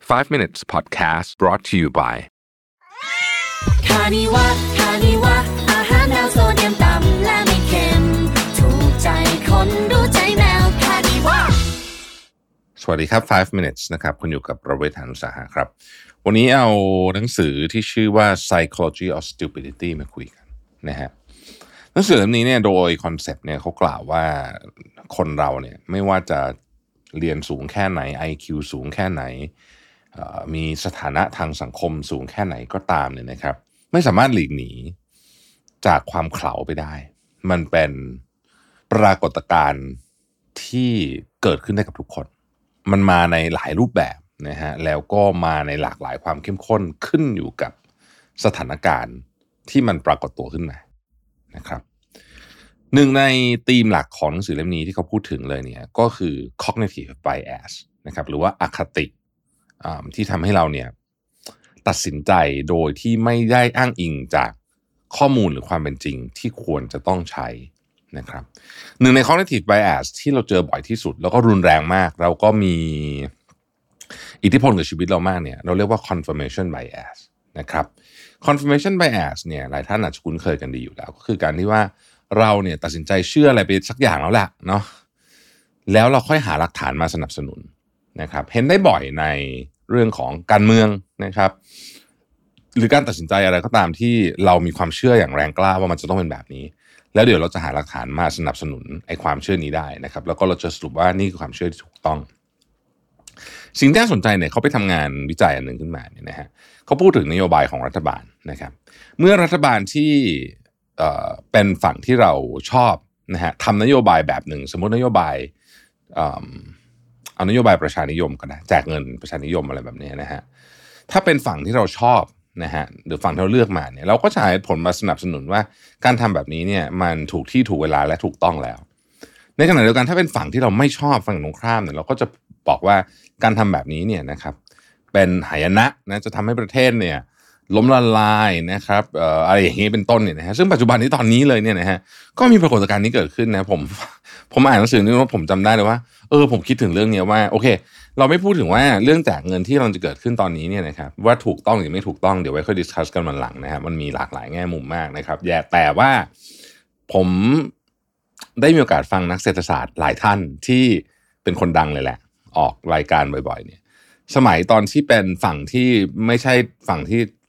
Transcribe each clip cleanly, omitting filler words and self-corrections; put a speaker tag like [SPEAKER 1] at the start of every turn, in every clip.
[SPEAKER 1] 5 minutes podcast brought to you by
[SPEAKER 2] คานิวะอาหารแนวโซเดียมต่ำและไม่เค็มถูกใจคนรู้ใจแมวคานิวะ
[SPEAKER 1] สวัสดีครับ5 minutes นะครับคุณอยู่กับประเวศ หาญอุตสาหะครับวันนี้เอาหนังสือที่ชื่อว่า Psychology of Stupidity มาคุยกันนะฮะหนังสือเล่มนี้เนี่ยโดยคอนเซปต์เนี่ยเขากล่าวว่าคนเราเนี่ยไม่ว่าจะเรียนสูงแค่ไหน IQ สูงแค่ไหนมีสถานะทางสังคมสูงแค่ไหนก็ตามเนี่ยนะครับไม่สามารถหลีกหนีจากความเขลาไปได้มันเป็นปรากฏการณ์ที่เกิดขึ้นได้กับทุกคนมันมาในหลายรูปแบบนะฮะแล้วก็มาในหลากหลายความเข้มข้นขึ้นอยู่กับสถานการณ์ที่มันปรากฏตัวขึ้นมานะครับหนึ่งในธีมหลักของหนังสือเล่มนี้ที่เขาพูดถึงเลยเนี่ยก็คือ cognitive bias นะครับหรือว่าอคติที่ทำให้เราเนี่ยตัดสินใจโดยที่ไม่ได้อ้างอิงจากข้อมูลหรือความเป็นจริงที่ควรจะต้องใช้นะครับหนึ่งใน cognitive bias ที่เราเจอบ่อยที่สุดแล้วก็รุนแรงมากเราก็มีอิทธิพลกับชีวิตเรามากเนี่ยเราเรียกว่า confirmation bias นะครับ confirmation bias เนี่ยหลายท่านอาจจะคุ้นเคยกันดีอยู่แล้วก็คือการที่ว่าเราเนี่ยตัดสินใจเชื่ออะไรไปสักอย่างแล้วแหละเนาะแล้วเราค่อยหาหลักฐานมาสนับสนุนนะครับเห็นได้บ่อยในเรื่องของการเมืองนะครับหรือการตัดสินใจอะไรก็ตามที่เรามีความเชื่ออย่างแรงกล้าว่ามันจะต้องเป็นแบบนี้แล้วเดี๋ยวเราจะหาหลักฐานมาสนับสนุนไอ้ความเชื่อนี้ได้นะครับแล้วก็เราจะสรุปว่านี่คือความเชื่อที่ถูกต้องสิ่งที่น่าสนใจเนี่ยเขาไปทำงานวิจัยอันหนึ่งขึ้นมาเนี่ยนะฮะเขาพูดถึงนโยบายของรัฐบาลนะครับเมื่อรัฐบาลที่เป็นฝั่งที่เราชอบนะฮะทำนโยบายแบบหนึ่งสมมตินโยบายเอานโยบายประชานิยมก็ได้แจกเงินประชานิยมอะไรแบบนี้นะฮะถ้าเป็นฝั่งที่เราชอบนะฮะหรือฝั่งที่เราเลือกมาเนี่ยเราก็จะให้ผลมาสนับสนุนว่าการทำแบบนี้เนี่ยมันถูกที่ถูกเวลาและถูกต้องแล้วในขณะเดียวกันถ้าเป็นฝั่งที่เราไม่ชอบฝั่งตรงข้ามเนี่ยเราก็จะบอกว่าการทำแบบนี้เนี่ยนะครับเป็นหายนะนะจะทำให้ประเทศเนี่ยล้มละลายนะครับอะไรอย่างนี้เป็นต้นเนี่ยนะฮะซึ่งปัจจุบันนี้ตอนนี้เลยเนี่ยนะฮะก็มีปรากฏการณ์นี้เกิดขึ้นนะผมอ่านหนังสือนี้ว่าผมจำได้เลยว่าผมคิดถึงเรื่องนี้ว่าโอเคเราไม่พูดถึงว่าเรื่องแจกเงินที่เราจะเกิดขึ้นตอนนี้เนี่ยนะครับว่าถูกต้องหรือไม่ถูกต้องเดี๋ยวไว้ค่อยดิสคัสกันวันหลังนะครับมันมีหลากหลายแง่มุมมากนะครับแต่ว่าผมได้มีโอกาสฟังนักเศรษฐศาสตร์หลายท่านที่เป็นคนดังเลยแหละออกรายการบ่อยๆเนี่ยสมัยตอนที่เป็นฝั่งที่ไม่ใช่ฝั่ง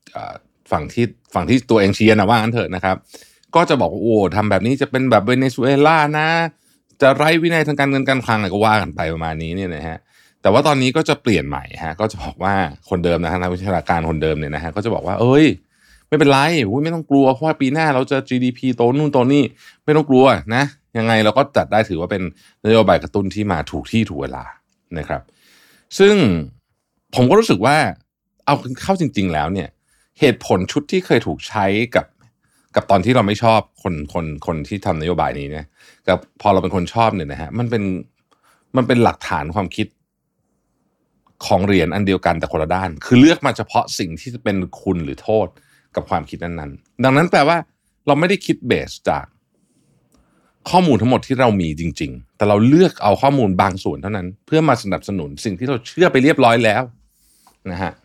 [SPEAKER 1] ที่ตัวเองเชียร์นะว่างั้นเถอะนะครับก็จะบอกว่าโอ้ทำแบบนี้จะเป็นแบบเวเนซุเอลานะจะไร้วินัยทางการเงินการคลังอะไรก็ว่ากันไปประมาณนี้เนี่ยนะฮะแต่ว่าตอนนี้ก็จะเปลี่ยนใหม่ฮะก็จะบอกว่าคนเดิมนะทางนักวิชาการคนเดิมเนี่ยนะฮะก็จะบอกว่าไม่เป็นไรไม่ต้องกลัวเพราะว่าปีหน้าเราจะ GDP โตนู่นโตนี่ไม่ต้องกลัวนะยังไงเราก็จัดได้ถือว่าเป็นนโยบายกระตุ้นที่มาถูกที่ถูกเวลานะครับซึ่งผมก็รู้สึกว่าเอาเข้าจริงๆแล้วเนี่ยเหตุผลชุดที่เคยถูกใช้กับตอนที่เราไม่ชอบคนที่ทำนโยบายนี้เนี่ยกับพอเราเป็นคนชอบเนี่ยนะฮะมันเป็นหลักฐานความคิดของเหรียญอันเดียวกันแต่คนละด้านคือเลือกมาเฉพาะสิ่งที่จะเป็นคุณหรือโทษกับความคิดนั้นๆดังนั้นแปลว่าเราไม่ได้คิดเบสจากข้อมูลทั้งหมดที่เรามีจริงๆแต่เราเลือกเอาข้อมูลบางส่วนเท่านั้นเพื่อมาสนับสนุนสิ่งที่เราเชื่อไปเรียบร้อยแล้วนะฮะ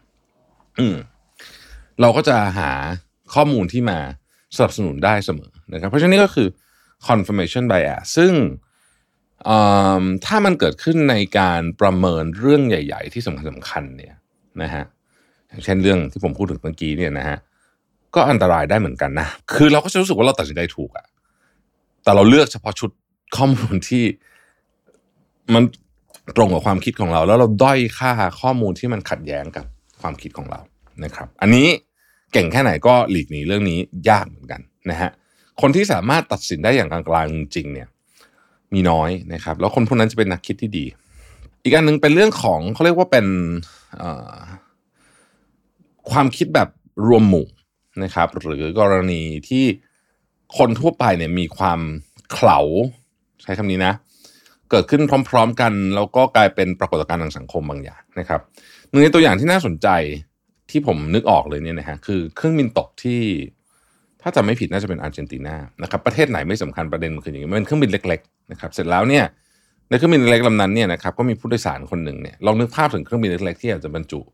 [SPEAKER 1] เราก็จะหาข้อมูลที่มาสนับสนุนได้เสมอนะครับเพราะฉะนั้นก็คือ confirmation bias ซึ่งถ้ามันเกิดขึ้นในการประเมินเรื่องใหญ่ๆที่สำคัญเนี่ยนะฮะอย่างเช่นเรื่องที่ผมพูดถึงเมื่อกี้เนี่ยนะฮะก็อันตรายได้เหมือนกันนะคือเราก็จะรู้สึกว่าเราตัดสินใจถูกอะแต่เราเลือกเฉพาะชุดข้อมูลที่มันตรงกับความคิดของเราแล้วเราด้อยค่าข้อมูลที่มันขัดแย้งกับความคิดของเรานะครับอันนี้เก่งแค่ไหนก็หลีกหนีเรื่องนี้ยากเหมือนกันนะฮะคนที่สามารถตัดสินได้อย่างกลางๆจริงๆเนี่ยมีน้อยนะครับแล้วคนพวกนั้นจะเป็นนักคิดที่ดีอีกอันนึงเป็นเรื่องของเขาเรียกว่าเป็นความคิดแบบรวมหมู่นะครับหรือกรณีที่คนทั่วไปเนี่ยมีความเขลาใช้คำนี้นะเกิดขึ้นพร้อมๆกันแล้วก็กลายเป็นปรากฏการณ์ทางสังคมบางอย่างนะครับหนึ่งในตัวอย่างที่น่าสนใจที่ผมนึกออกเลยเนี่ยนะฮะคือเครื่องบินตกที่ถ้าจำไม่ผิดน่าจะเป็นอาร์เจนตินานะครับประเทศไหนไม่สำคัญประเด็นคืออย่างนี้มันเป็นเครื่องบินเล็กๆนะครับเสร็จแล้วเนี่ยในเครื่องบินเล็กลำนั้นเนี่ยนะครับก็มีผู้โดยสารคนหนึ่งเนี่ยลองนึกภาพถึงเครื่องบินเล็กๆที่อาจจะบรรจุ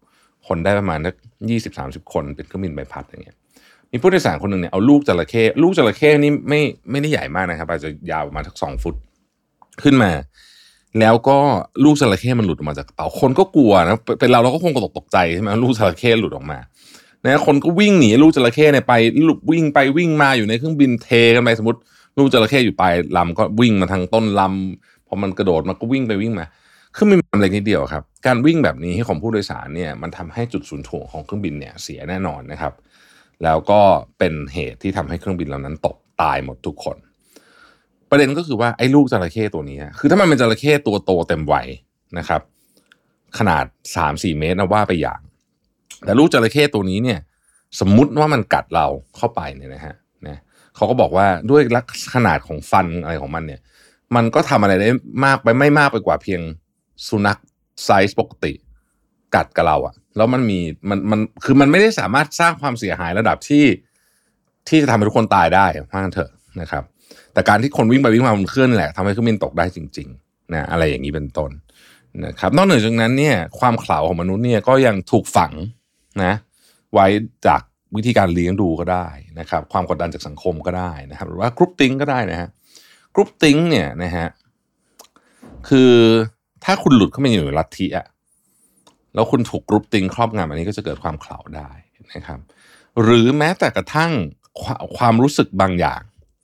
[SPEAKER 1] คนได้ประมาณสัก20-30 คนเป็นเครื่องบินใบพัดอย่างเงี้ยมีผู้โดยสารคนหนึ่งเนี่ยเอาลูกจระเข้นี่ไม่ได้ใหญ่มากนะครับอาจจะยาวประมาณสัก2 ฟุตขึ้นมาแล้วก็ลูกจระเข้มันหลุดออกมาจากกระเป๋าคนก็กลัวนะเป็นเราก็คงตกใจใช่ไหมลูกจระเข้หลุดออกมานะคนก็วิ่งหนีลูกจระเข้เนี่ยไปวิ่งไปวิ่งมาอยู่ในเครื่องบินเทกันไปสมมติลูกจระเข้อยู่ปลายลำก็วิ่งมาทางต้นลำพอมันกระโดดมันก็วิ่งไปวิ่งมาเครื่องบินเล็กนิดเดียวครับการวิ่งแบบนี้ให้ของผู้โดยสารเนี่ยมันทำให้จุดศูนย์ถ่วงของเครื่องบินเนี่ยเสียแน่นอนนะครับแล้วก็เป็นเหตุที่ทำให้เครื่องบินลำนั้นตกตายหมดทุกคนประเด็นก็คือว่าไอ้ลูกจระเข้ตัวนี้คือถ้ามันเป็นจระเข้ตัวโตเต็มวัยนะครับขนาด 3-4 เมตรนะว่าไปอย่างแต่ลูกจระเข้ตัวนี้เนี่ยสมมุติว่ามันกัดเราเข้าไปเนี่ยนะฮะเขาก็บอกว่าด้วยขนาดของฟันอะไรของมันเนี่ยมันก็ทำอะไรได้มากไปไม่มากไปกว่าเพียงสุนัขไซส์ปกติกัดกับเราอะแล้วมันคือมันไม่ได้สามารถสร้างความเสียหายระดับที่จะทำให้ทุกคนตายได้ว่างั้นเถอะนะครับแต่การที่คนวิ่งไปวิ่งมาบนเครื่องนี่แหละทำให้เครื่องบินตกได้จริงๆนะอะไรอย่างนี้เป็นต้นนะครับนอกเหนือจากนั้นเนี่ยความเขลาของมนุษย์เนี่ยก็ยังถูกฝังนะไว้จากวิธีการเลี้ยงดูก็ได้นะครับความกดดันจากสังคมก็ได้นะครับหรือว่ากรุ๊ปติ้งก็ได้นะฮะกรุ๊ปติ้งเนี่ยนะฮะคือถ้าคุณหลุดเข้าไปอยู่ในลัทธิอะแล้วคุณถูกกรุ๊ปติ้งครอบงำอันนี้ก็จะเกิดความเขลาได้นะครับหรือแม้แต่กระทั่งความรู้สึกบางอย่าง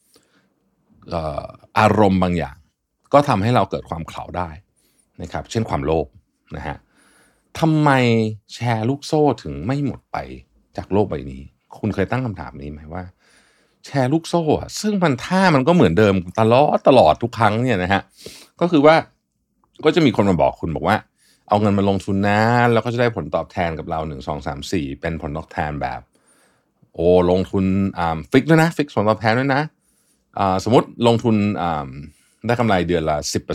[SPEAKER 1] อารมณ์บางอย่างก็ทำให้เราเกิดความเขลาได้นะครับเช่นความโลภนะฮะทำไมแชร์ลูกโซ่ถึงไม่หมดไปจากโลกใบนี้คุณเคยตั้งคำถามนี้ไหมว่าแชร์ลูกโซ่อะซึ่งมันก็เหมือนเดิมตลอดทุกครั้งเนี่ยนะฮะก็คือว่าก็จะมีคนมาบอกคุณบอกว่าเอาเงินมาลงทุนนะแล้วก็จะได้ผลตอบแทนกับเรา1 2 3 4เป็นผลตอบแทนแบบลงทุนฟิกด้วยนะฟิกผลตอบแทนด้วยนะสมมติลงทุนได้กำไรเดือนละ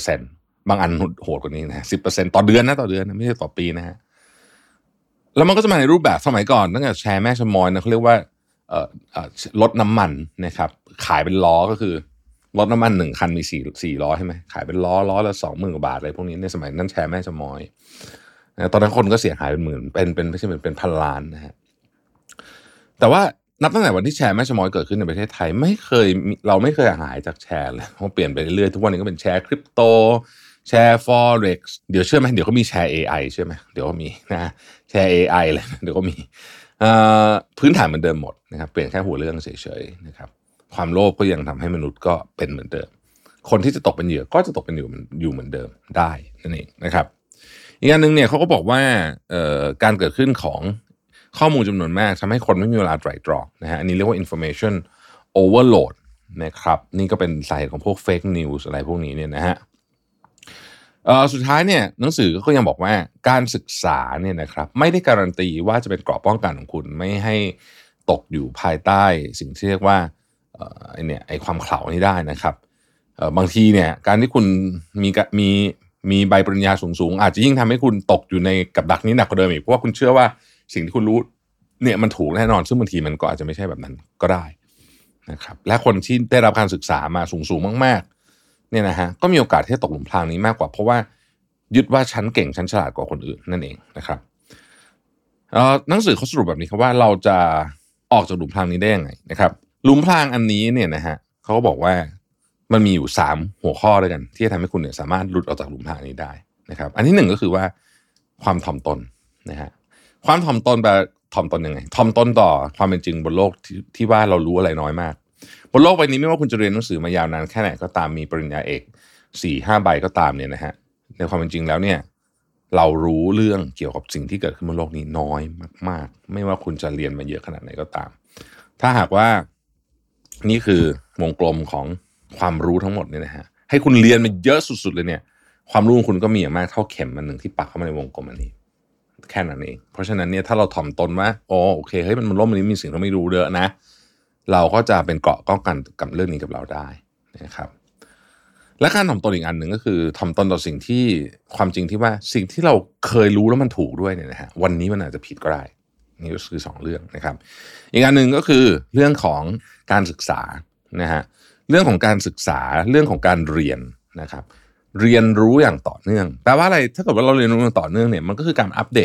[SPEAKER 1] 10% บางอันโหดกว่านี้นะ 10% ต่อเดือนนะไม่ใช่ต่อปีนะฮะแล้วมันก็จะมาในรูปแบบสมัยก่อนตั้งแต่แชร์แม่ชะมอยนะเขาเรียกว่ารถน้ำมันนะครับขายเป็นล้อก็คือรถน้ำมัน1 คันมี4 ล้อใช่ไหมขายเป็นล้อละ 20,000 กว่าบาทอะไรพวกนี้ในสมัยนั้นแชร์แม่ชะมอยตอนนั้นคนก็เสียหายเป็นหมื่นเป็นไม่ใช่เป็นพันล้านนะฮะแต่ว่านับตั้งแต่วันที่แชร์แม่ชะมอยเกิดขึ้นในประเทศไทยเราไม่เคยหายจากแชร์เลยเพราะเปลี่ยนไปเรื่อยๆทุกวันนี้ก็เป็นแชร์คริปโตแชร์ Forex เดี๋ยวเชื่อไหมเดี๋ยวเขามีแชร์ AI ใช่ไหมเดี๋ยวก็มีนะแชร์ AI เลยเดี๋ยวก็มีพื้นฐานเหมือนเดิมหมดนะครับเปลี่ยนแค่หัวเรื่องเฉยๆนะครับความโลภก็ยังทำให้มนุษย์ก็เป็นเหมือนเดิมคนที่จะตกเป็นเหยื่อก็จะตกเป็นอยู่เหมือนเดิมได้นั่นเองนะครับอีกอันนึงเนี่ยเขาก็บอกว่าการเกิดขึ้นของข้อมูลจำนวนมากทำให้คนไม่มีเวลาไตร่ตรองนะฮะอันนี้เรียกว่า information overload นะครับนี่ก็เป็นสาเหตุของพวก fake news อะไรพวกนี้เนี่ยนะฮะสุดท้ายเนี่ยหนังสือก็ยังบอกว่าการศึกษาเนี่ยนะครับไม่ได้การันตีว่าจะเป็นเกราะป้องกันของคุณไม่ให้ตกอยู่ภายใต้สิ่งที่เรียกว่าไอ้ความเขลานี้ได้นะครับบางทีเนี่ยการที่คุณมีใบปริญญาสูงๆอาจจะยิ่งทำให้คุณตกอยู่ในกับดักนี้หนักกว่าเดิมอีกเพราะว่าคุณเชื่อว่าสิ่งที่คุณรู้เนี่ยมันถูกแน่นอนซึ่งบางทีมันก็อาจจะไม่ใช่แบบนั้นก็ได้นะครับและคนที่ได้รับการศึกษามาสูงมากๆเนี่ยนะฮะก็มีโอกาสที่จะตกหลุมพรางนี้มากกว่าเพราะว่ายึดว่าฉันเก่งฉันฉลาดกว่าคนอื่นนั่นเองนะครับหนังสือเขาสรุปแบบนี้ครับว่าเราจะออกจากหลุมพรางนี้ได้ยังไงนะครับหลุมพรางอันนี้เนี่ยนะฮะเขาก็บอกว่ามันมีอยู่3หัวข้อด้วยกันที่จะทำให้คุณเนี่ยสามารถหลุดออกจากหลุมพรางนี้ได้นะครับอันที่1ก็คือว่าความถ่อมตนนะฮะความถ่อมตนแบบถ่อมตนยังไงถ่อมตนต่อความเป็นจริงบนโลกที่ว่าเรารู้อะไรน้อยมากบนโลกใบนี้ไม่ว่าคุณจะเรียนหนังสือมายาวนานแค่ไหนก็ตามมีปริญญาเอก 4-5 ใบก็ตามเนี่ยนะฮะในความเป็นจริงแล้วเนี่ยเรารู้เรื่องเกี่ยวกับสิ่งที่เกิดขึ้นบนโลกนี้น้อยมากๆไม่ว่าคุณจะเรียนมาเยอะขนาดไหนก็ตามถ้าหากว่านี่คือวงกลมของความรู้ทั้งหมดเนี่ยนะฮะให้คุณเรียนมาเยอะสุดๆเลยเนี่ยความรู้ของคุณก็มีอย่างมากเท่าเข็มอันหนึ่งที่ปักเข้ามาในวงกลมอันนี้แค่นั้นเองเพราะฉะนั้นเนี่ยถ้าเราถ่อมตนว่าโอเคเฮ้ยมันโลกนี้มีสิ่งเราไม่รู้เยอะนะเราก็จะเป็นเกราะป้องกันกับเรื่องนี้กับเราได้นะครับและการถ่อมตนอีกอันหนึ่งก็คือถ่อมตนต่อสิ่งที่ความจริงที่ว่าสิ่งที่เราเคยรู้แล้วมันถูกด้วยเนี่ยนะฮะวันนี้มันอาจจะผิดก็ได้นี่ก็คือ2เรื่องนะครับอีกอันหนึ่งก็คือเรื่องของการศึกษานะฮะเรื่องของการศึกษาเรื่องของการเรียนนะครับเรียนรู้อย่างต่อเนื่องแปลว่าอะไรถ้าเกิดว่าเราเรียนรู้อย่างต่อเนื่องเนี่ยมันก็คือการอัปเดต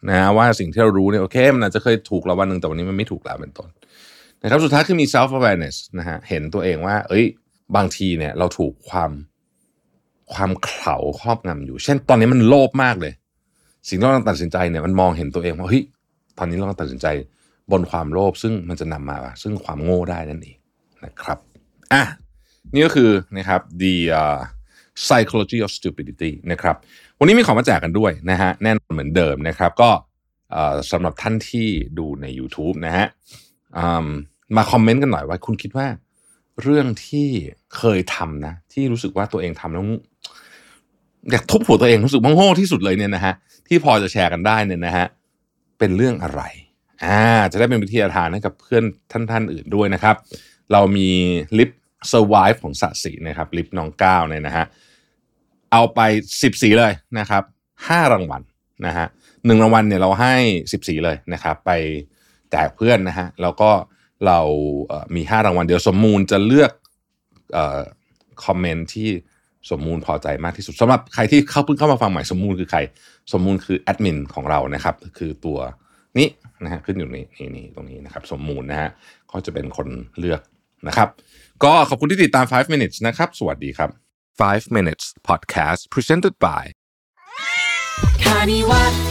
[SPEAKER 1] นะว่าสิ่งที่เรารู้เนี่ยโอเคมันอาจจะเคยถูกเราวันนึงแต่วันนี้มันไม่ถูกแล้วเป็นต้นนะครับสุดท้ายคือมี self awareness นะฮะเห็นตัวเองว่าบางทีเนี่ยเราถูกความเขลาครอบงำอยู่เช่นตอนนี้มันโลภมากเลยสิ่งที่เราต้องตัดสินใจเนี่ยมันมองเห็นตัวเองว่าตอนนี้เราต้องตัดสินใจบนความโลภซึ่งมันจะนำมาซึ่งความโง่ได้นั่นเองนะครับนี่ก็คือนะครับ the psychology of stupidity นะครับวันนี้มีของมาแจกกันด้วยนะฮะแน่นอนเหมือนเดิมนะครับก็สำหรับท่านที่ดูใน YouTube นะฮะมาคอมเมนต์กันหน่อยว่าคุณคิดว่าเรื่องที่เคยทำนะที่รู้สึกว่าตัวเองทำแล้วอยากทุบหัวตัวเองรู้สึกว่าโง่ที่สุดเลยเนี่ยนะฮะที่พอจะแชร์กันได้เนี่ยนะฮะเป็นเรื่องอะไรจะได้เป็นวิทยาทานให้กับเพื่อนท่านอื่นด้วยนะครับเรามีลิป Survive ของสะสีนะครับลิปน้องก้าวเนี่ยนะฮะเอาไป10สีเลยนะครับ5รางวัลนะฮะ1รางวัลเนี่ยเราให้10สีเลยนะครับไปแจกเพื่อนนะฮะแล้วก็เรามี5รางวัลเดี๋ยวสมมูลจะเลือกคอมเมนต์ที่สมมูลพอใจมากที่สุดสำหรับใครที่เพิ่งเข้ามาฟังใหม่สมมูลคือใครสมมูลคือแอดมินของเรานะครับคือตัวนี้นะฮะขึ้นอยู่นี่ตรงนี้นะครับสมมูลนะฮะเขาจะเป็นคนเลือกนะครับก็ขอบคุณที่ติดตาม5 minutes นะครับสวัสดีครับ5 minutes podcast presented by
[SPEAKER 2] คานิวะ